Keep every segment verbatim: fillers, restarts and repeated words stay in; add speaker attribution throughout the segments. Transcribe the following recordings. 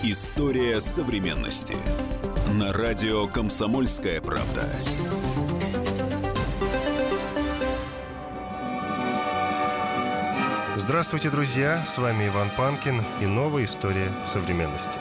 Speaker 1: История современности. На радио «Комсомольская правда».
Speaker 2: Здравствуйте, друзья! С вами Иван Панкин и новая история современности.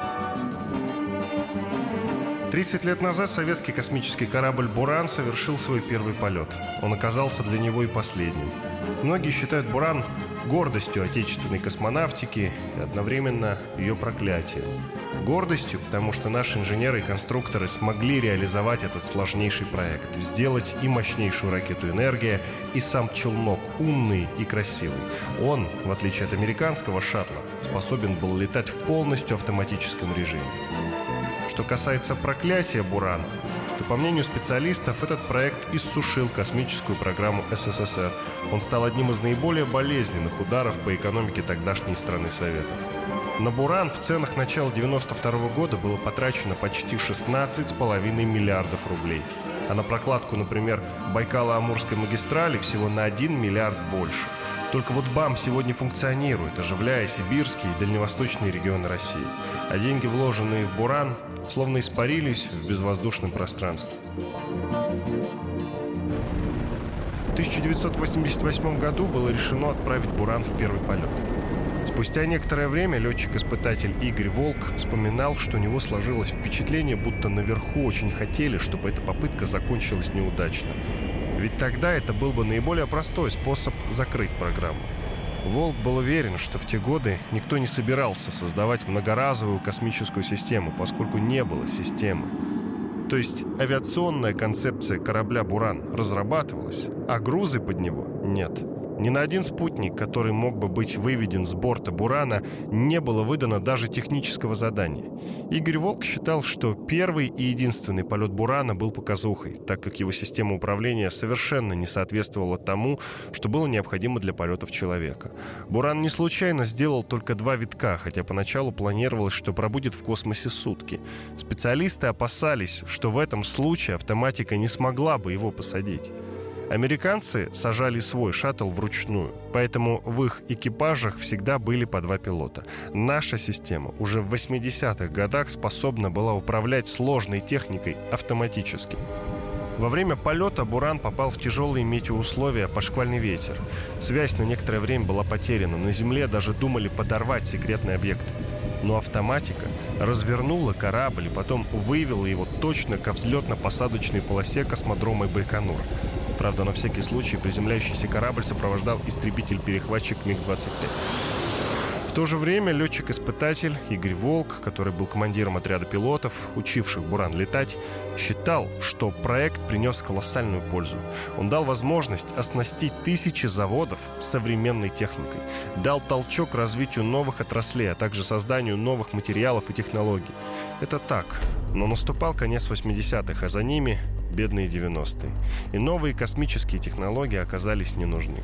Speaker 2: тридцать лет назад советский космический корабль «Буран» совершил свой первый полет. Он оказался для него и последним. Многие считают «Буран» гордостью отечественной космонавтики и одновременно ее проклятием. Гордостью, потому что наши инженеры и конструкторы смогли реализовать этот сложнейший проект, сделать и мощнейшую ракету «Энергия», и сам челнок умный и красивый. Он, в отличие от американского шаттла, способен был летать в полностью автоматическом режиме. Что касается проклятия «Буран», то, по мнению специалистов, этот проект иссушил космическую программу СССР. Он стал одним из наиболее болезненных ударов по экономике тогдашней страны Советов. На «Буран» в ценах начала девяносто второго года было потрачено почти шестнадцать с половиной миллиардов рублей. А на прокладку, например, Байкало-Амурской магистрали всего на один миллиард больше. Только вот БАМ сегодня функционирует, оживляя сибирские и дальневосточные регионы России. А деньги, вложенные в «Буран», словно испарились в безвоздушном пространстве. В тысяча девятьсот восемьдесят восьмом году было решено отправить «Буран» в первый полет. Спустя некоторое время летчик-испытатель Игорь Волк вспоминал, что у него сложилось впечатление, будто наверху очень хотели, чтобы эта попытка закончилась неудачно. Ведь тогда это был бы наиболее простой способ закрыть программу. Волк был уверен, что в те годы никто не собирался создавать многоразовую космическую систему, поскольку не было системы. То есть авиационная концепция корабля «Буран» разрабатывалась, а грузы под него нет. Ни на один спутник, который мог бы быть выведен с борта «Бурана», не было выдано даже технического задания. Игорь Волк считал, что первый и единственный полет «Бурана» был показухой, так как его система управления совершенно не соответствовала тому, что было необходимо для полетов человека. «Буран» не случайно сделал только два витка, хотя поначалу планировалось, что пробудет в космосе сутки. Специалисты опасались, что в этом случае автоматика не смогла бы его посадить. Американцы сажали свой шаттл вручную, поэтому в их экипажах всегда были по два пилота. Наша система уже в восьмидесятых годах способна была управлять сложной техникой автоматически. Во время полета «Буран» попал в тяжелые метеоусловия под шквальный ветер. Связь на некоторое время была потеряна. На Земле даже думали подорвать секретный объект. Но автоматика развернула корабль и потом вывела его точно ко взлетно-посадочной полосе космодрома Байконур. Правда, на всякий случай приземляющийся корабль сопровождал истребитель-перехватчик миг двадцать пять. В то же время летчик-испытатель Игорь Волк, который был командиром отряда пилотов, учивших «Буран» летать, считал, что проект принес колоссальную пользу. Он дал возможность оснастить тысячи заводов современной техникой, дал толчок развитию новых отраслей, а также созданию новых материалов и технологий. Это так, но наступал конец восьмидесятых, а за ними бедные девяностые. И новые космические технологии оказались не нужны.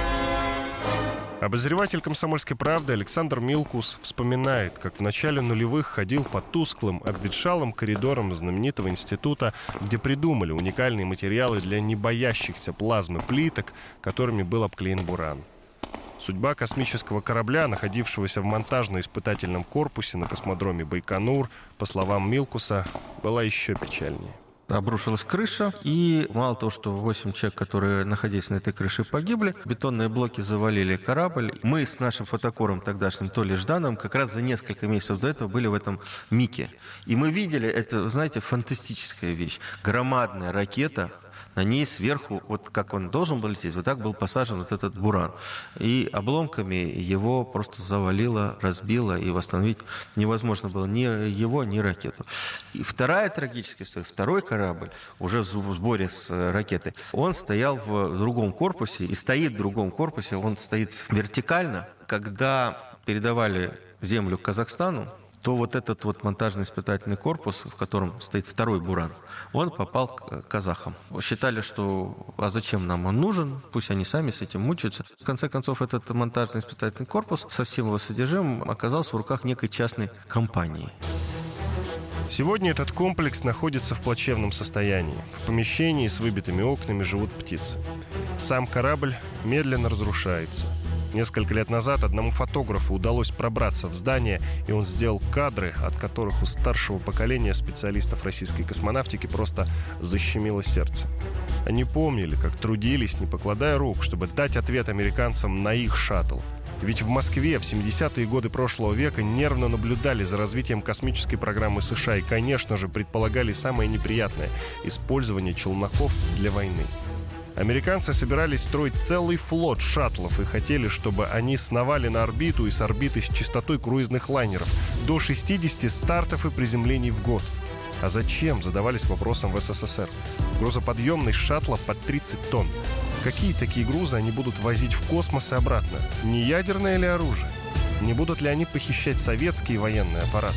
Speaker 2: Обозреватель «Комсомольской правды» Александр Милкус вспоминает, как в начале нулевых ходил по тусклым, обветшалым коридорам знаменитого института, где придумали уникальные материалы для небоящихся плазмы плиток, которыми был обклеен «Буран». Судьба космического корабля, находившегося в монтажно-испытательном корпусе на космодроме Байконур, по словам Милкуса, была еще печальнее.
Speaker 3: Обрушилась крыша, и мало того, что восемь человек, которые находились на этой крыше, погибли, бетонные блоки завалили корабль. Мы с нашим фотокором тогдашним Толей Ждановым как раз за несколько месяцев до этого были в этом МИКе. И мы видели, это, знаете, фантастическая вещь. Громадная ракета, на ней сверху, вот как он должен был лететь, вот так был посажен вот этот «Буран». И обломками его просто завалило, разбило, и восстановить невозможно было ни его, ни ракету. И вторая трагическая история. Второй корабль, уже в сборе с ракетой, он стоял в другом корпусе, и стоит в другом корпусе, он стоит вертикально. Когда передавали землю Казахстану, то вот этот вот монтажно-испытательный корпус, в котором стоит второй «Буран», он попал к казахам. Считали, что а зачем нам он нужен, пусть они сами с этим мучаются. В конце концов, этот монтажно-испытательный корпус со всем его содержимым оказался в руках некой частной компании.
Speaker 2: Сегодня этот комплекс находится в плачевном состоянии. В помещении с выбитыми окнами живут птицы. Сам корабль медленно разрушается. Несколько лет назад одному фотографу удалось пробраться в здание, и он сделал кадры, от которых у старшего поколения специалистов российской космонавтики просто защемило сердце. Они помнили, как трудились, не покладая рук, чтобы дать ответ американцам на их шаттл. Ведь в Москве в семидесятые годы прошлого века нервно наблюдали за развитием космической программы США и, конечно же, предполагали самое неприятное – использование челноков для войны. Американцы собирались строить целый флот шаттлов и хотели, чтобы они сновали на орбиту и с орбиты с частотой круизных лайнеров до шестидесяти стартов и приземлений в год. А зачем, задавались вопросом в СССР. Грузоподъемность шаттла под тридцать тонн. Какие такие грузы они будут возить в космос и обратно? Не ядерное ли оружие? Не будут ли они похищать советские военные аппараты?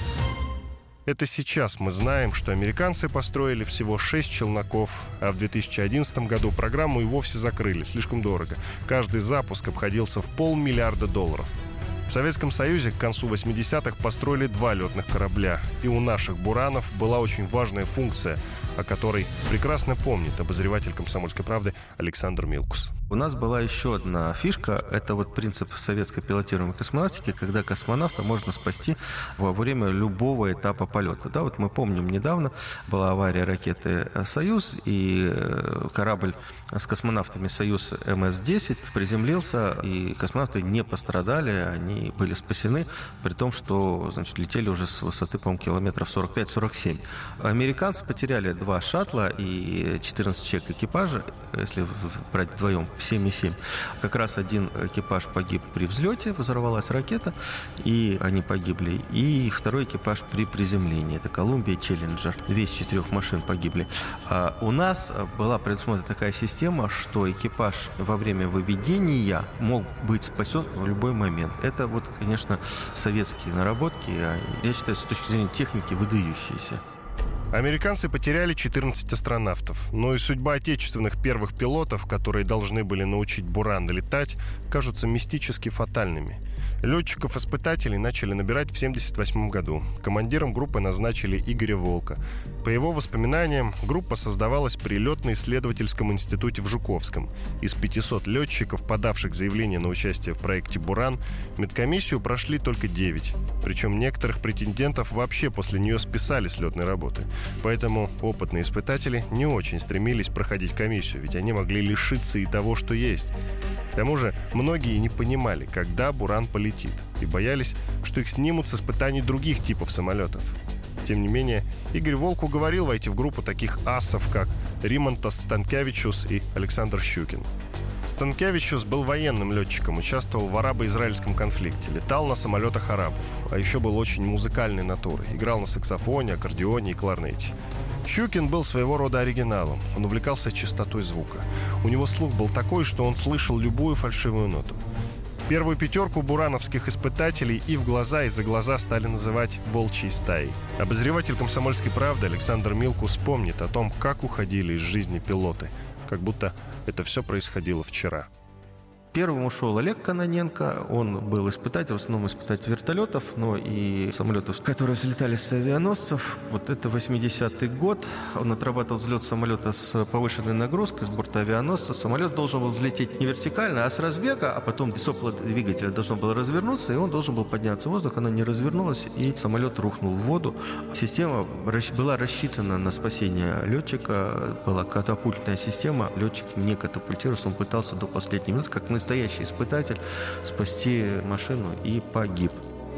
Speaker 2: Это сейчас мы знаем, что американцы построили всего шесть челноков, а в две тысячи одиннадцатом году программу и вовсе закрыли, слишком дорого. Каждый запуск обходился в полмиллиарда долларов. В Советском Союзе к концу восьмидесятых построили два летных корабля, и у наших «Буранов» была очень важная функция, о которой прекрасно помнит обозреватель «Комсомольской правды» Александр Милкус.
Speaker 3: У нас была еще одна фишка. Это вот принцип советской пилотируемой космонавтики, когда космонавта можно спасти во время любого этапа полета. Да, вот мы помним, недавно была авария ракеты «Союз», и корабль с космонавтами «Союз» эм эс десять приземлился, и космонавты не пострадали, они были спасены, при том, что, значит, летели уже с высоты, по-моему, километров сорок пять - сорок семь. Американцы потеряли два шаттла и четырнадцать человек экипажа, если брать вдвоем, семь и семь. Как раз один экипаж погиб при взлете, взорвалась ракета, и они погибли. И второй экипаж при приземлении. Это «Колумбия» и «Челленджер». Две из четырех машин погибли. А у нас была предусмотрена такая система, что экипаж во время выведения мог быть спасен в любой момент. Это вот, конечно, советские наработки, я считаю, с точки зрения техники, выдающиеся.
Speaker 2: Американцы потеряли четырнадцать астронавтов, но и судьба отечественных первых пилотов, которые должны были научить «Буран» летать, кажутся мистически фатальными. Летчиков-испытателей начали набирать в семьдесят восьмом году. Командиром группы назначили Игоря Волка. По его воспоминаниям, группа создавалась при летно-исследовательском институте в Жуковском. Из пятисот летчиков, подавших заявление на участие в проекте «Буран», медкомиссию прошли только девять. Причем некоторых претендентов вообще после нее списали с летной работы. Поэтому опытные испытатели не очень стремились проходить комиссию, ведь они могли лишиться и того, что есть. К тому же многие не понимали, когда «Буран» полетит, и боялись, что их снимут с испытаний других типов самолетов. Тем не менее, Игорь Волк уговорил войти в группу таких асов, как Римонтас Станкевичус и Александр Щукин. Станкевичус был военным летчиком, участвовал в арабо-израильском конфликте, летал на самолетах арабов, а еще был очень музыкальной натурой, играл на саксофоне, аккордеоне и кларнете. Щукин был своего рода оригиналом, он увлекался чистотой звука. У него слух был такой, что он слышал любую фальшивую ноту. Первую пятерку бурановских испытателей и в глаза, и за глаза стали называть «волчьей стаей». Обозреватель «Комсомольской правды» Александр Милкус помнит о том, как уходили из жизни пилоты, как будто это все происходило вчера.
Speaker 3: Первым ушел Олег Кононенко. Он был испытатель, в основном испытатель вертолетов, но и самолетов, которые взлетали с авианосцев. Вот это восьмидесятый год. Он отрабатывал взлет самолета с повышенной нагрузкой с борта авианосца. Самолет должен был взлететь не вертикально, а с разбега, а потом сопло двигателя должно было развернуться, и он должен был подняться в воздух. Оно не развернулось, и самолет рухнул в воду. Система была рассчитана на спасение летчика. Была катапультная система. Летчик не катапультировался, он пытался до последней минуты, как настоящий испытатель, спасти машину и погиб.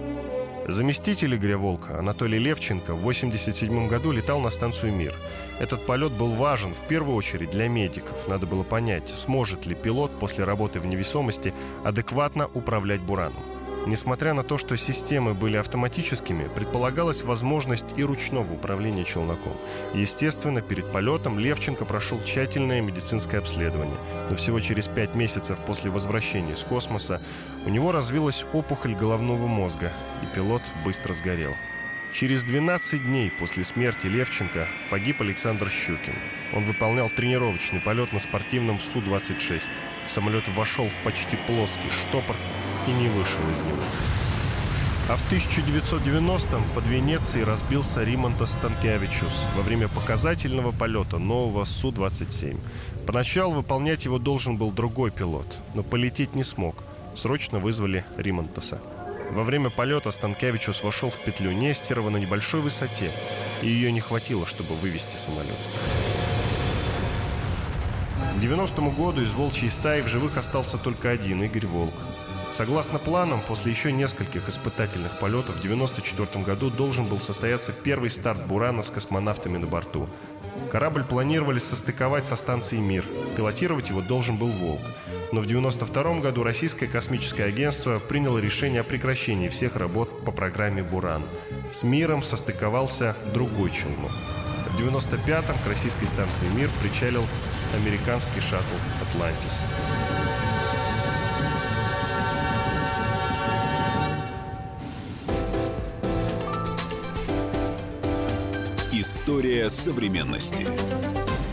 Speaker 2: Заместитель Игоря Волка Анатолий Левченко в восемьдесят седьмом году летал на станцию «Мир». Этот полет был важен в первую очередь для медиков. Надо было понять, сможет ли пилот после работы в невесомости адекватно управлять «Бураном». Несмотря на то, что системы были автоматическими, предполагалась возможность и ручного управления челноком. Естественно, перед полетом Левченко прошел тщательное медицинское обследование. Но всего через пять месяцев после возвращения с космоса у него развилась опухоль головного мозга, и пилот быстро сгорел. Через двенадцать дней после смерти Левченко погиб Александр Щукин. Он выполнял тренировочный полет на спортивном Су двадцать шесть. Самолет вошел в почти плоский штопор и не вышел из него. А в тысяча девятьсот девяностом под Венецией разбился Римонтас Станкевичус во время показательного полета нового Су двадцать семь. Поначалу выполнять его должен был другой пилот, но полететь не смог. Срочно вызвали Римонтеса. Во время полета Станкевичус вошел в петлю Нестерова на небольшой высоте, и ее не хватило, чтобы вывести самолет. К девяностому году из волчьей стаи в живых остался только один — Игорь Волк. Согласно планам, после еще нескольких испытательных полетов в девяносто четвёртом году должен был состояться первый старт «Бурана» с космонавтами на борту. Корабль планировали состыковать со станцией «Мир». Пилотировать его должен был «Волк». Но в девяносто втором году Российское космическое агентство приняло решение о прекращении всех работ по программе «Буран». С «Миром» состыковался другой челнок. В девяносто пятом к российской станции «Мир» причалил американский шаттл «Атлантис».
Speaker 1: История современности.